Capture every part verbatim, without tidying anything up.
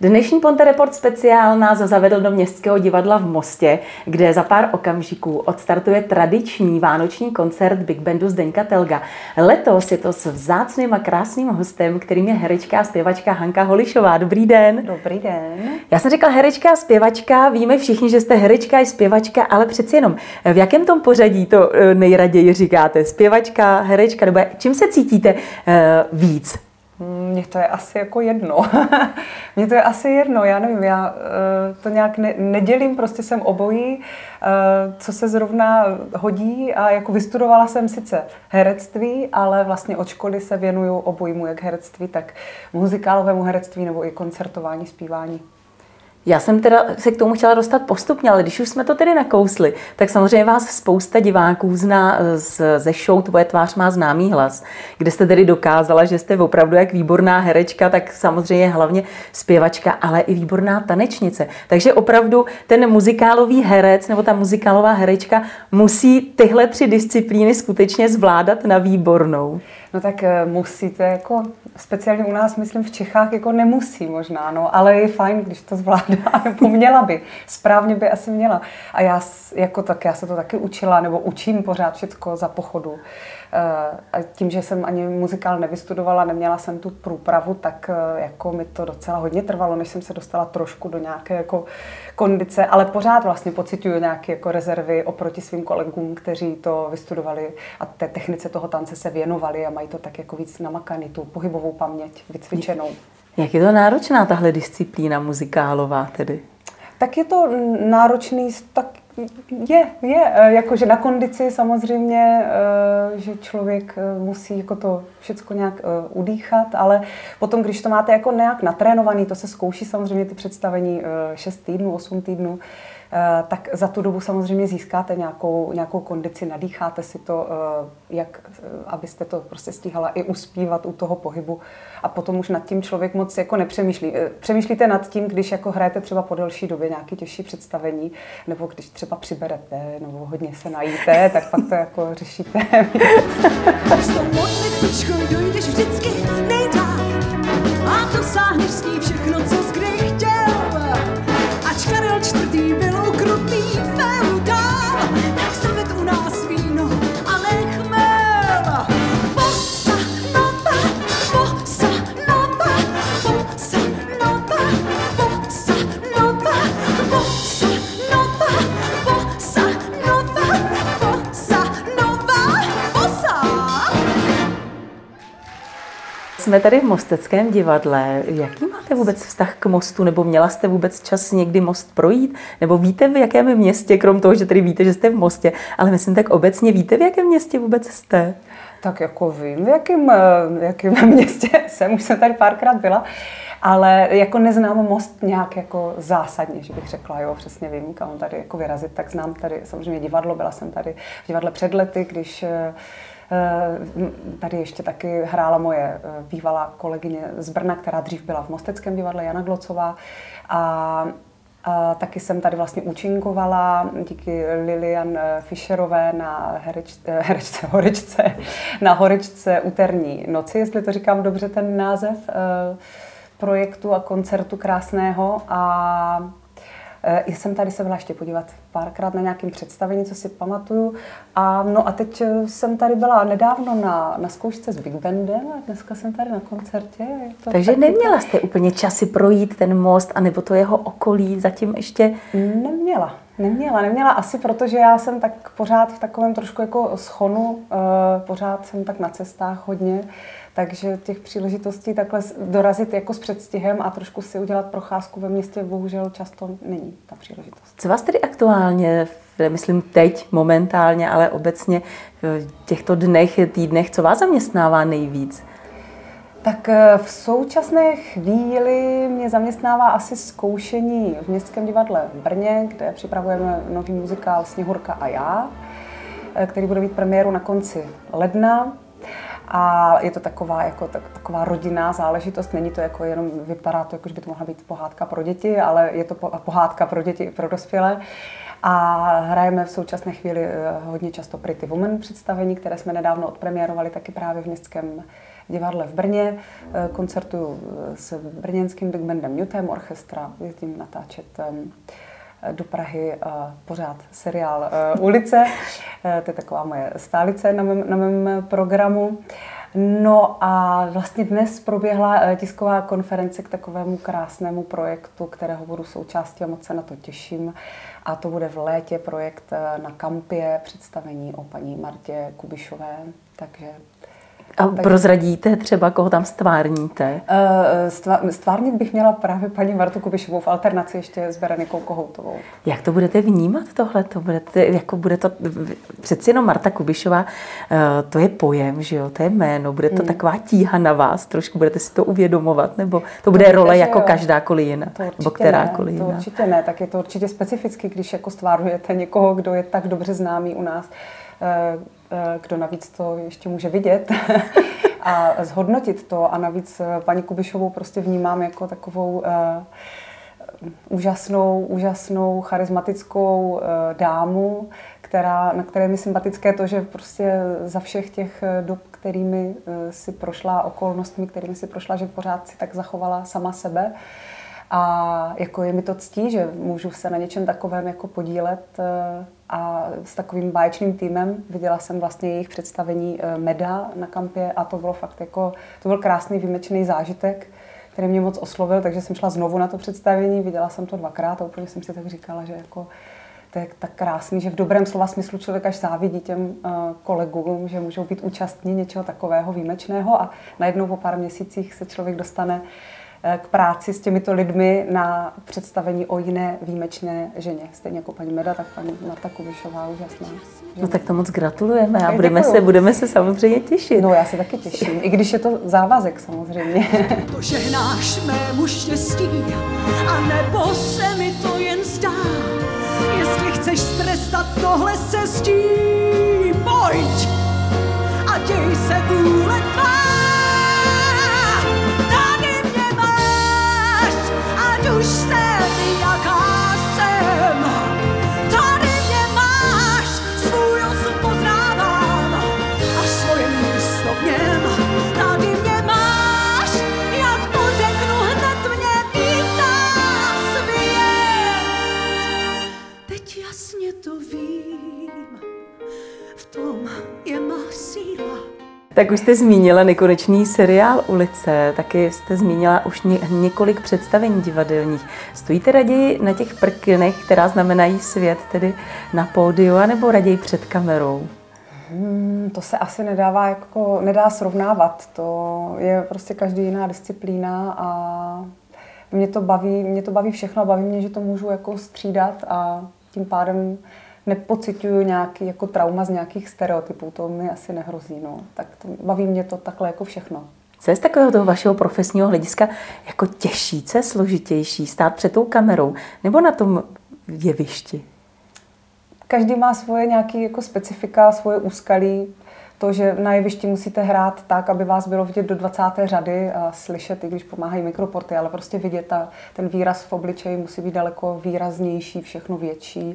Dnešní Ponte Report speciál nás zavedl do Městského divadla v Mostě, kde za pár okamžiků odstartuje tradiční vánoční koncert Big Bandu Zdeňka Telga. Letos je to s vzácným a krásným hostem, kterým je herečka a zpěvačka Hanka Holišová. Dobrý den. Dobrý den. Já jsem řekla herečka a zpěvačka, víme všichni, že jste herečka i zpěvačka, ale přeci jenom, v jakém tom pořadí to nejraději říkáte? Zpěvačka, herečka, nebo čím se cítíte uh, víc? Mně to je asi jako jedno. Mně to je asi jedno, já nevím, já to nějak ne, nedělím, prostě jsem obojí, co se zrovna hodí a jako vystudovala jsem sice herectví, ale vlastně od školy se věnuju obojímu, jak herectví, tak muzikálovému herectví nebo i koncertování, zpívání. Já jsem teda se k tomu chtěla dostat postupně, ale když už jsme to tedy nakousli, tak samozřejmě vás spousta diváků zná ze show Tvoje tvář má známý hlas, kde jste tedy dokázala, že jste opravdu jak výborná herečka, tak samozřejmě hlavně zpěvačka, ale i výborná tanečnice. Takže opravdu ten muzikálový herec nebo ta muzikálová herečka musí tyhle tři disciplíny skutečně zvládat na výbornou. No tak musíte, jako speciálně u nás, myslím v Čechách, jako nemusí možná, no, ale je fajn, když to zvládá, nebo měla by, správně by asi měla. A já, jako tak, já se to taky učila, nebo učím pořád všecko za pochodu. A tím, že jsem ani muzikál nevystudovala, neměla jsem tu průpravu, tak jako mi to docela hodně trvalo, než jsem se dostala trošku do nějaké jako kondice, ale pořád vlastně pociťuju nějaké jako rezervy oproti svým kolegům, kteří to vystudovali a té technice toho tance se věnovali a mají to tak jako víc namakaný, tu pohybovou paměť vycvičenou. Jak je to náročná tahle disciplína muzikálová tedy? Tak je to náročný, tak je, je, jakože na kondici samozřejmě, že člověk musí jako to všecko nějak udýchat, ale potom, když to máte jako nějak natrénovaný, to se zkouší samozřejmě ty představení šest týdnů, osm týdnů, tak za tu dobu samozřejmě získáte nějakou, nějakou kondici, nadýcháte si to, jak, abyste to prostě stíhala i uspívat u toho pohybu a potom už nad tím člověk moc jako nepřemýšlí. Přemýšlíte nad tím, když jako hrajete třeba po delší době nějaké těžší představení, nebo když třeba přiberete, nebo hodně se najíte, tak pak to jako řešíte. S tou modlitbičkou dojdeš vždycky nejdál a dosáhneš s ní všechno, co jsi kdy chtěl. Ač Karel čtvrtý byl ukrutný feudál, tak zaved u nás víno a nechmel. Bossa nova, bossa nova, bossa nova, bossa nova, bossa nova, bossa nova, bossa nova, bossa. Jsme tady v Mosteckém divadle. Jaký máte vůbec vztah k Mostu? Nebo měla jste vůbec čas někdy Most projít? Nebo víte, v jakém městě, krom toho, že tady víte, že jste v Mostě, ale myslím tak obecně, víte, v jakém městě vůbec jste? Tak jako vím, v jakém, v jakém městě jsem, už jsem tady párkrát byla, ale jako neznám Most nějak jako zásadně, že bych řekla, jo, přesně vím, kam tady jako vyrazit, tak znám tady samozřejmě divadlo, byla jsem tady v divadle před lety, když tady ještě taky hrála moje bývalá kolegyně z Brna, která dřív byla v Mosteckém divadle, Jana Glocová. A, a taky jsem tady vlastně účinkovala díky Lilian Fischerové na hereč, herečce, horečce, na horečce Úterní noci, jestli to říkám dobře ten název projektu a koncertu krásného. A já jsem tady se byla ještě podívat párkrát na nějakém představení, co si pamatuju. A, no a teď jsem tady byla nedávno na, na zkoušce s Big Bandem a dneska jsem tady na koncertě. To Takže neměla jste úplně časy projít ten Most, anebo to jeho okolí zatím ještě? Neměla, neměla, neměla. Asi protože já jsem tak pořád v takovém trošku jako schonu, pořád jsem tak na cestách hodně. Takže těch příležitostí takhle dorazit jako s předstihem a trošku si udělat procházku ve městě bohužel často není ta příležitost. Co vás tedy aktuálně, myslím teď momentálně, ale obecně v těchto dnech, týdnech, co vás zaměstnává nejvíc? Tak v současné chvíli mě zaměstnává asi zkoušení v Městském divadle v Brně, kde připravujeme nový muzikál Sněhurka a já, který bude mít premiéru na konci ledna. A je to taková, jako, tak, taková rodinná záležitost, není to jako jenom, vypadá to, jako, že by to mohla být pohádka pro děti, ale je to pohádka pro děti i pro dospělé. A hrajeme v současné chvíli hodně často Pretty Woman představení, které jsme nedávno odpremiérovali taky právě v Městském divadle v Brně, koncertuju s brněnským big bandem Newtem Orchestra, jezdím natáčet do Prahy pořád seriál Ulice, to je taková moje stálice na mém, na mém programu. No a vlastně dnes proběhla tisková konference k takovému krásnému projektu, kterého budu součástí a moc se na to těším. A to bude v létě projekt na Kampě, představení o paní Martě Kubišové. Takže A prozradíte třeba, koho tam stvárníte? Stvárnit bych měla právě paní Martu Kubišovou v alternaci ještě s Berenikou Kohoutovou. Jak to budete vnímat tohle? To budete, jako bude to, přeci jenom Marta Kubišová, to je pojem, že jo? To je jméno, bude to hmm. taková tíha na vás, trošku budete si to uvědomovat, nebo to bude to role jako jo. každá kolína, nebo kterákoliv jiná? To určitě ne, tak je to určitě specificky, když jako stvárujete někoho, kdo je tak dobře známý u nás, kdo navíc to ještě může vidět a zhodnotit to. A navíc paní Kubišovou prostě vnímám jako takovou uh, úžasnou, úžasnou, charismatickou uh, dámu, která, na které mi sympatické to, že prostě za všech těch dob, kterými uh, si prošla, okolnostmi, kterými si prošla, že pořád si tak zachovala sama sebe. A jako je mi to ctí, že můžu se na něčem takovém jako podílet a s takovým báječným týmem. Viděla jsem vlastně jejich představení Meda na Kampě a to bylo fakt jako, to byl krásný výjimečný zážitek, který mě moc oslovil, takže jsem šla znovu na to představení, viděla jsem to dvakrát a úplně jsem si tak říkala, že jako to je tak krásný, že v dobrém slova smyslu člověk až závidí těm kolegům, že můžou být účastní něčeho takového výjimečného a najednou po pár měsících se člověk dostane k práci s těmito lidmi na představení o jiné výjimečné ženě. Stejně jako paní Meda, tak paní Marta Kubišová, úžasná. No tak to moc gratulujeme a budeme se, budeme se samozřejmě těšit. No já se taky těším, i když je to závazek samozřejmě. To žehnáš mému štěstí, a nebo se mi to jen zdá. Jestli chceš strestat tohle cestí, pojď a děj se vůle tvá. Už jsem, jaká jsem, tady mě máš, svůj osud poznávám a svoje místo v něm. Tady mě máš, jak to řeknu, hned mě vítá svět. Teď jasně to vím, v tom je má síla. Tak už jste zmínila nekonečný seriál Ulice, taky jste zmínila už ně, několik představení divadelních. Stojíte raději na těch prknech, která znamenají svět, tedy na pódiu, anebo raději před kamerou? Hmm, to se asi nedává, jako, nedá srovnávat. To je prostě každý jiná disciplína a mě to baví, mě to baví všechno a baví mě, že to můžu jako střídat a tím pádem nepociťuju nějaký jako trauma z nějakých stereotypů, to mi asi nehrozí, no. Tak to, baví mě to takhle jako všechno. Co je z takového toho vašeho profesního hlediska jako těžší, složitější, stát před tou kamerou nebo na tom jevišti? Každý má svoje nějaké jako specifika, svoje úskalí. To, že na jevišti musíte hrát tak, aby vás bylo vidět do dvacáté řady a slyšet, i když pomáhají mikroporty, ale prostě vidět ta, ten výraz v obličeji musí být daleko výraznější, všechno větší.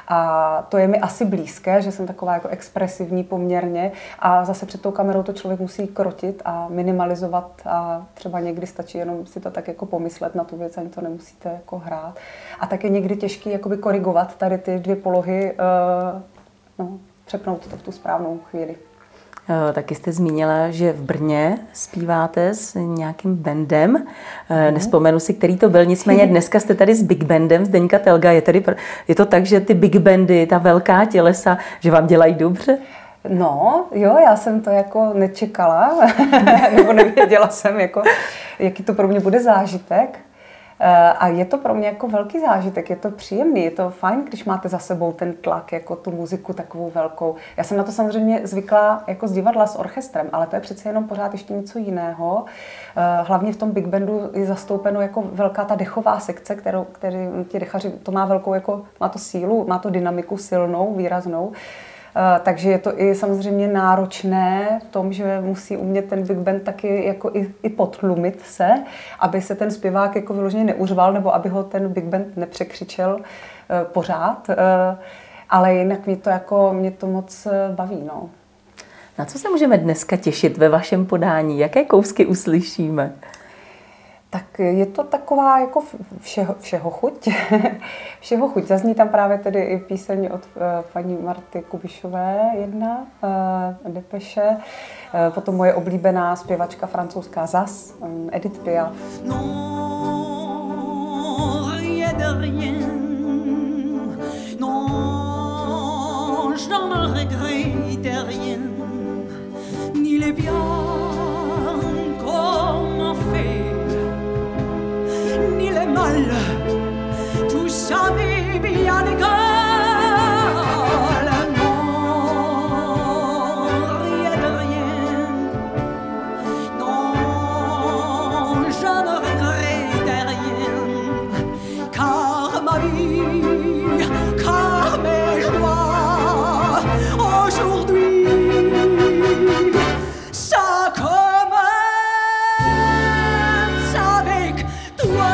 A to je mi asi blízké, že jsem taková jako expresivní poměrně a zase před tou kamerou to člověk musí krotit a minimalizovat a třeba někdy stačí jenom si to tak jako pomyslet na tu věc, ani to nemusíte jako hrát. A tak je někdy těžký jakoby korigovat tady ty dvě polohy, uh, no, přepnout to v tu správnou chvíli. Taky jste zmínila, že v Brně zpíváte s nějakým bandem. Mm. Nespomenu si, který to byl, nicméně dneska jste tady s big bandem Zdeňka Telga. Je, tady, je to tak, že ty big bandy, ta velká tělesa, že vám dělají dobře? No, jo, já jsem to jako nečekala, nebo nevěděla jsem, jako, jaký to pro mě bude zážitek. A je to pro mě jako velký zážitek, je to příjemný, je to fajn, když máte za sebou ten tlak, jako tu muziku takovou velkou. Já jsem na to samozřejmě zvyklá jako z divadla s orchestrem, ale to je přece jenom pořád ještě něco jiného. Hlavně v tom big bandu je zastoupeno jako velká ta dechová sekce, kterou, který ti dechaři, to má velkou jako, má to sílu, má to dynamiku silnou, výraznou. Uh, takže je to i samozřejmě náročné v tom, že musí umět ten big band taky jako i, i podtlumit se, aby se ten zpěvák jako vyloženě neuřval, nebo aby ho ten big band nepřekřičel uh, pořád. Uh, ale jinak mě to, jako, mě to moc baví. No. Na co se můžeme dneska těšit ve vašem podání? Jaké kousky uslyšíme? Tak je to taková jako všeho, všeho chuť. všeho chuť. Zazní tam právě tedy i píseň od uh, paní Marty Kubišové jedna, uh, Depeše. Uh, potom moje oblíbená zpěvačka francouzská Zas, um, Edith Piaf. Non, rien de rien. Non, je n'en regrette rien. Ni les biens qu'on m'a fait. Ni le mal, tout ça m'est bien égal. Non, rien de rien. Non, je ne regrette rien. Car ma vie, car mes joies, aujourd'hui, ça commence avec toi.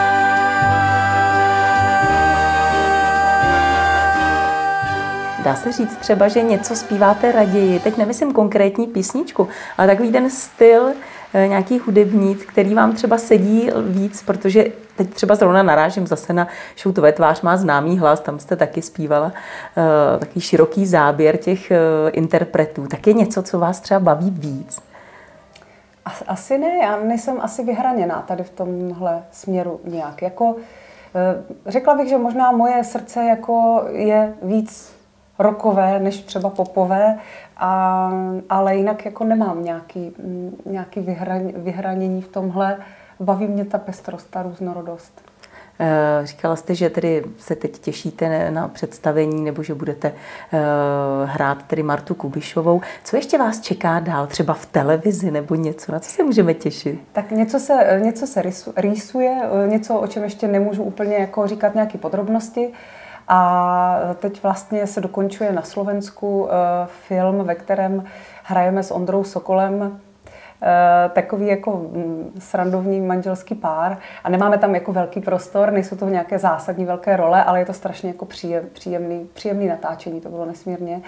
Dá se říct třeba, že něco zpíváte raději, teď nemyslím konkrétní písničku, ale takový ten styl, nějaký hudební, který vám třeba sedí víc, protože teď třeba zrovna narážím zase na show Tvoje tvář má známý hlas, tam jste taky zpívala takový široký záběr těch interpretů. Tak je něco, co vás třeba baví víc? Asi ne, já nejsem asi vyhraněná tady v tomhle směru nějak. Jako, řekla bych, že možná moje srdce jako je víc rockové než třeba popové, a, ale jinak jako nemám nějaký, nějaký vyhraň, vyhranění v tomhle. Baví mě ta pestrost, ta různorodost. Říkala jste, že tedy se teď těšíte na představení nebo že budete hrát tedy Martu Kubišovou. Co ještě vás čeká dál, třeba v televizi nebo něco, na co se můžeme těšit? Tak něco se, něco se rýsuje, něco, o čem ještě nemůžu úplně jako říkat nějaké podrobnosti. A teď vlastně se dokončuje na Slovensku film, ve kterém hrajeme s Ondrou Sokolem takový jako srandovní manželský pár a nemáme tam jako velký prostor, nejsou to nějaké zásadní velké role, ale je to strašně jako příjem, příjemný, příjemný natáčení, to bylo nesmírně.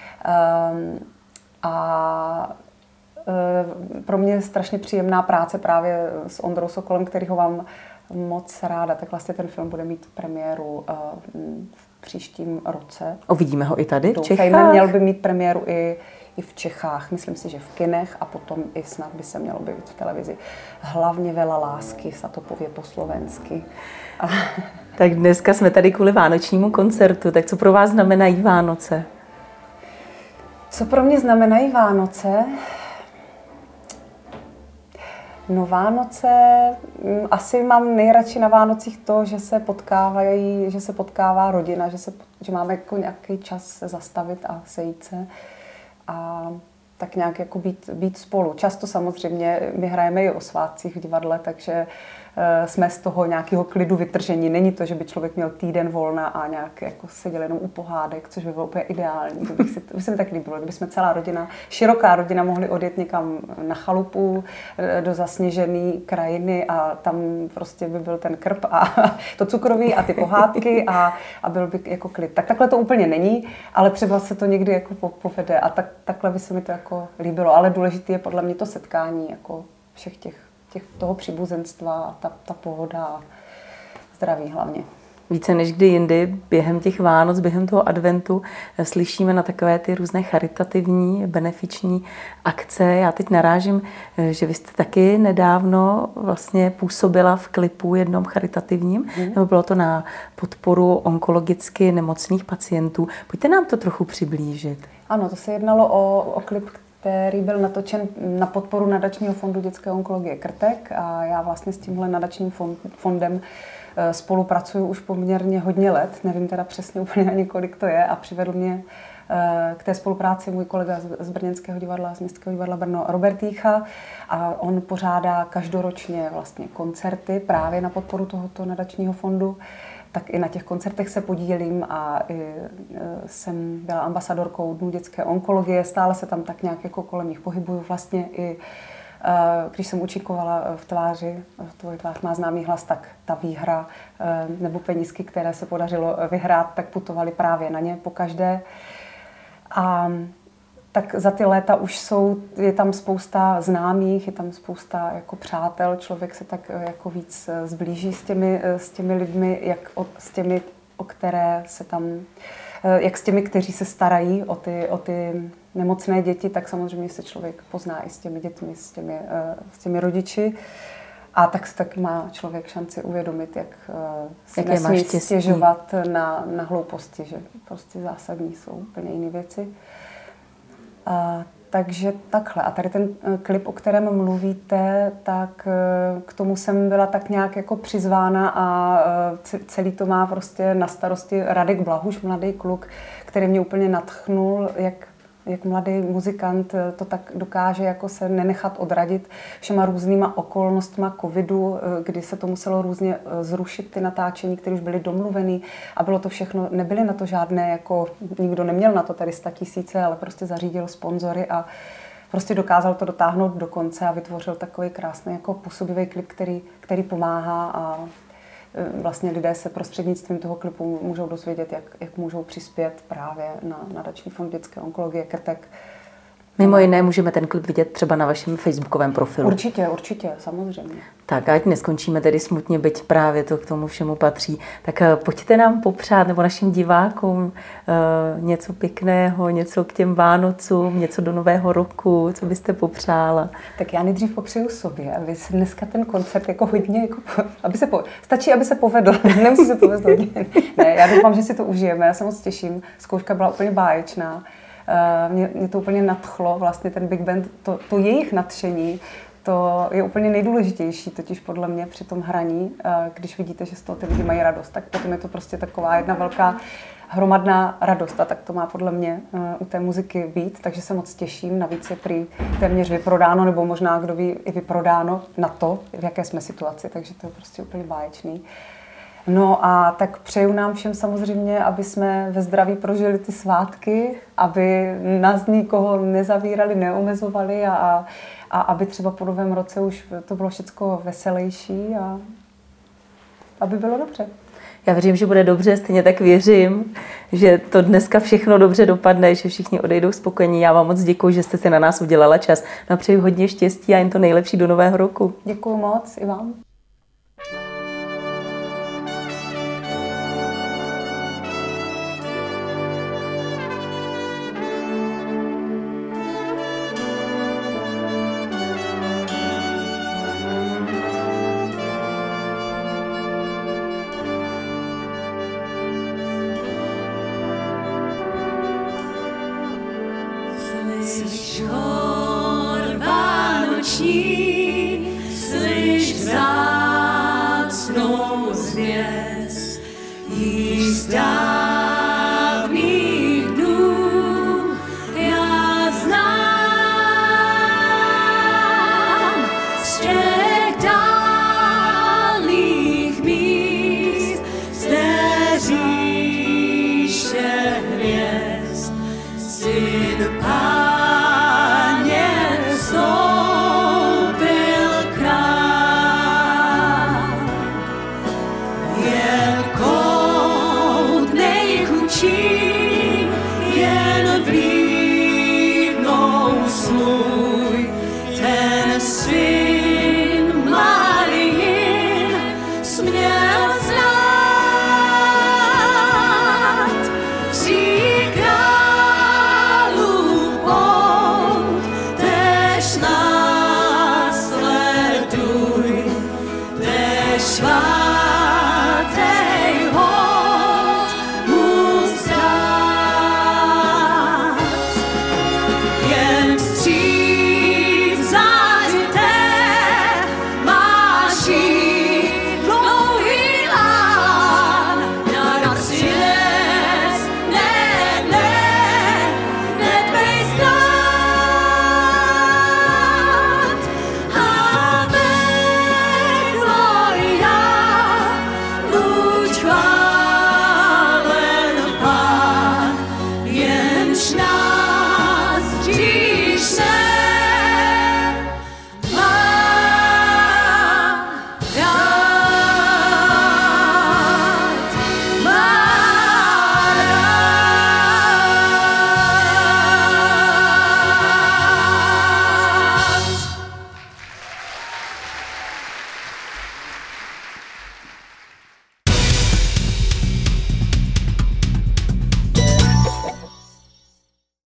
A pro mě je strašně příjemná práce právě s Ondrou Sokolem, kterýho mám moc ráda, tak vlastně ten film bude mít premiéru v příštím roce. Uvidíme ho i tady v Čechách? Doufejme, měl by mít premiéru i, i v Čechách, myslím si, že v kinech a potom i snad by se mělo objevit v televizi. Hlavně Vela lásky, sa to pově po slovensky. A... Tak dneska jsme tady kvůli vánočnímu koncertu, tak co pro vás znamenají Vánoce? Co pro mě znamenají Vánoce? No Vánoce, asi mám nejradši na Vánocích to, že se potkávají, že se potkává rodina, že, se, že máme jako nějaký čas se zastavit a sejít se a tak nějak jako být, být spolu. Často samozřejmě my hrajeme i o svátcích v divadle, takže jsme z toho nějakého klidu vytržení. Není to, že by člověk měl týden volna a nějak jako seděl jenom u pohádek, což by bylo úplně ideální. To, bych si, to by se mi tak líbilo, kdyby jsme celá rodina, široká rodina mohli odjet někam na chalupu do zasněžené krajiny a tam prostě by byl ten krb a to cukroví a ty pohádky a, a byl by jako klid. Tak takhle to úplně není, ale třeba se to někdy jako povede a tak, takhle by se mi to jako líbilo. Ale důležité je podle mě to setkání jako všech těch Těch, toho příbuzenstva a ta, ta pohoda a zdraví hlavně. Více než kdy jindy během těch Vánoc, během toho adventu slyšíme na takové ty různé charitativní, benefiční akce. Já teď narážím, že vy jste taky nedávno vlastně působila v klipu jednom charitativním, hmm. nebo bylo to na podporu onkologicky nemocných pacientů. Pojďte nám to trochu přiblížit. Ano, to se jednalo o, o klip, který byl natočen na podporu nadačního fondu dětské onkologie Krtek a já vlastně s tímhle nadačním fondem spolupracuju už poměrně hodně let, nevím teda přesně úplně ani kolik to je a přivedl mě k té spolupráci můj kolega z brněnského divadla, z Městského divadla Brno Robert Jícha a on pořádá každoročně vlastně koncerty právě na podporu tohoto nadačního fondu. Tak i na těch koncertech se podílím a i jsem byla ambasadorkou Dnů dětské onkologie, stále se tam tak nějak jako kolem nich pohybuju. Vlastně i když jsem účinkovala v tváři, v Tvoje tvář má známý hlas, tak ta výhra nebo penízky, které se podařilo vyhrát, tak putovaly právě na ně pokaždé. A tak za ty léta už jsou, je tam spousta známých, je tam spousta jako přátel, člověk se tak jako víc zblíží s těmi, s těmi lidmi, jak o, s těmi, o které se tam, jak s těmi, kteří se starají o ty, o ty nemocné děti, tak samozřejmě se člověk pozná i s těmi dětmi, s těmi, s těmi rodiči. A tak se taky má člověk šanci uvědomit, jak si jak nesmí stěžovat na, na hlouposti, že prostě zásadní jsou úplně jiné věci. A, takže takhle. A tady ten klip, o kterém mluvíte, tak k tomu jsem byla tak nějak jako přizvána a celý to má prostě na starosti Radek Blahuš, mladý kluk, který mě úplně nadchnul, jak jak mladý muzikant to tak dokáže jako se nenechat odradit všema různýma okolnostma covidu, kdy se to muselo různě zrušit, ty natáčení, které už byly domluvený a bylo to všechno, nebyly na to žádné, jako nikdo neměl na to tady sta tisíce, ale prostě zařídil sponzory a prostě dokázal to dotáhnout do konce a vytvořil takový krásný jako působivý klip, který, který pomáhá a vlastně lidé se prostřednictvím toho klipu můžou dozvědět, jak, jak můžou přispět právě na nadační fond dětské onkologie Krtek. Mimo jiné můžeme ten klip vidět třeba na vašem facebookovém profilu. Určitě, určitě, samozřejmě. Tak ať neskončíme tedy smutně, byť právě to k tomu všemu patří. Tak pojďte nám popřát, nebo našim divákům něco pěkného, něco k těm Vánocům, něco do Nového roku, co byste popřála? Tak já nejdřív popřeju sobě, aby se dneska ten koncert jako hodně, jako, aby se po, stačí, aby se povedl, nemusí se povést hodně. Ne, já doufám, že si to užijeme, já se moc těším, zkouška byla úplně báječná. Uh, mě, mě to úplně nadchlo, vlastně ten Big Band, to, to jejich nadšení, to je úplně nejdůležitější, totiž podle mě při tom hraní, uh, když vidíte, že z toho ty lidi mají radost, tak potom je to prostě taková jedna velká hromadná radost a tak to má podle mě uh, u té muziky být, takže se moc těším, navíc je prý téměř vyprodáno, nebo možná, kdo ví, i vyprodáno na to, v jaké jsme situaci, takže to je prostě úplně báječný. No a tak přeju nám všem samozřejmě, aby jsme ve zdraví prožili ty svátky, aby nás nikoho nezavírali, neomezovali a, a, a aby třeba po novém roce už to bylo všecko veselější a aby bylo dobře. Já věřím, že bude dobře, stejně tak věřím, že to dneska všechno dobře dopadne, že všichni odejdou spokojení. Já vám moc děkuji, že jste si na nás udělala čas. No a přeju hodně štěstí a jen to nejlepší do nového roku. Děkuji moc i vám.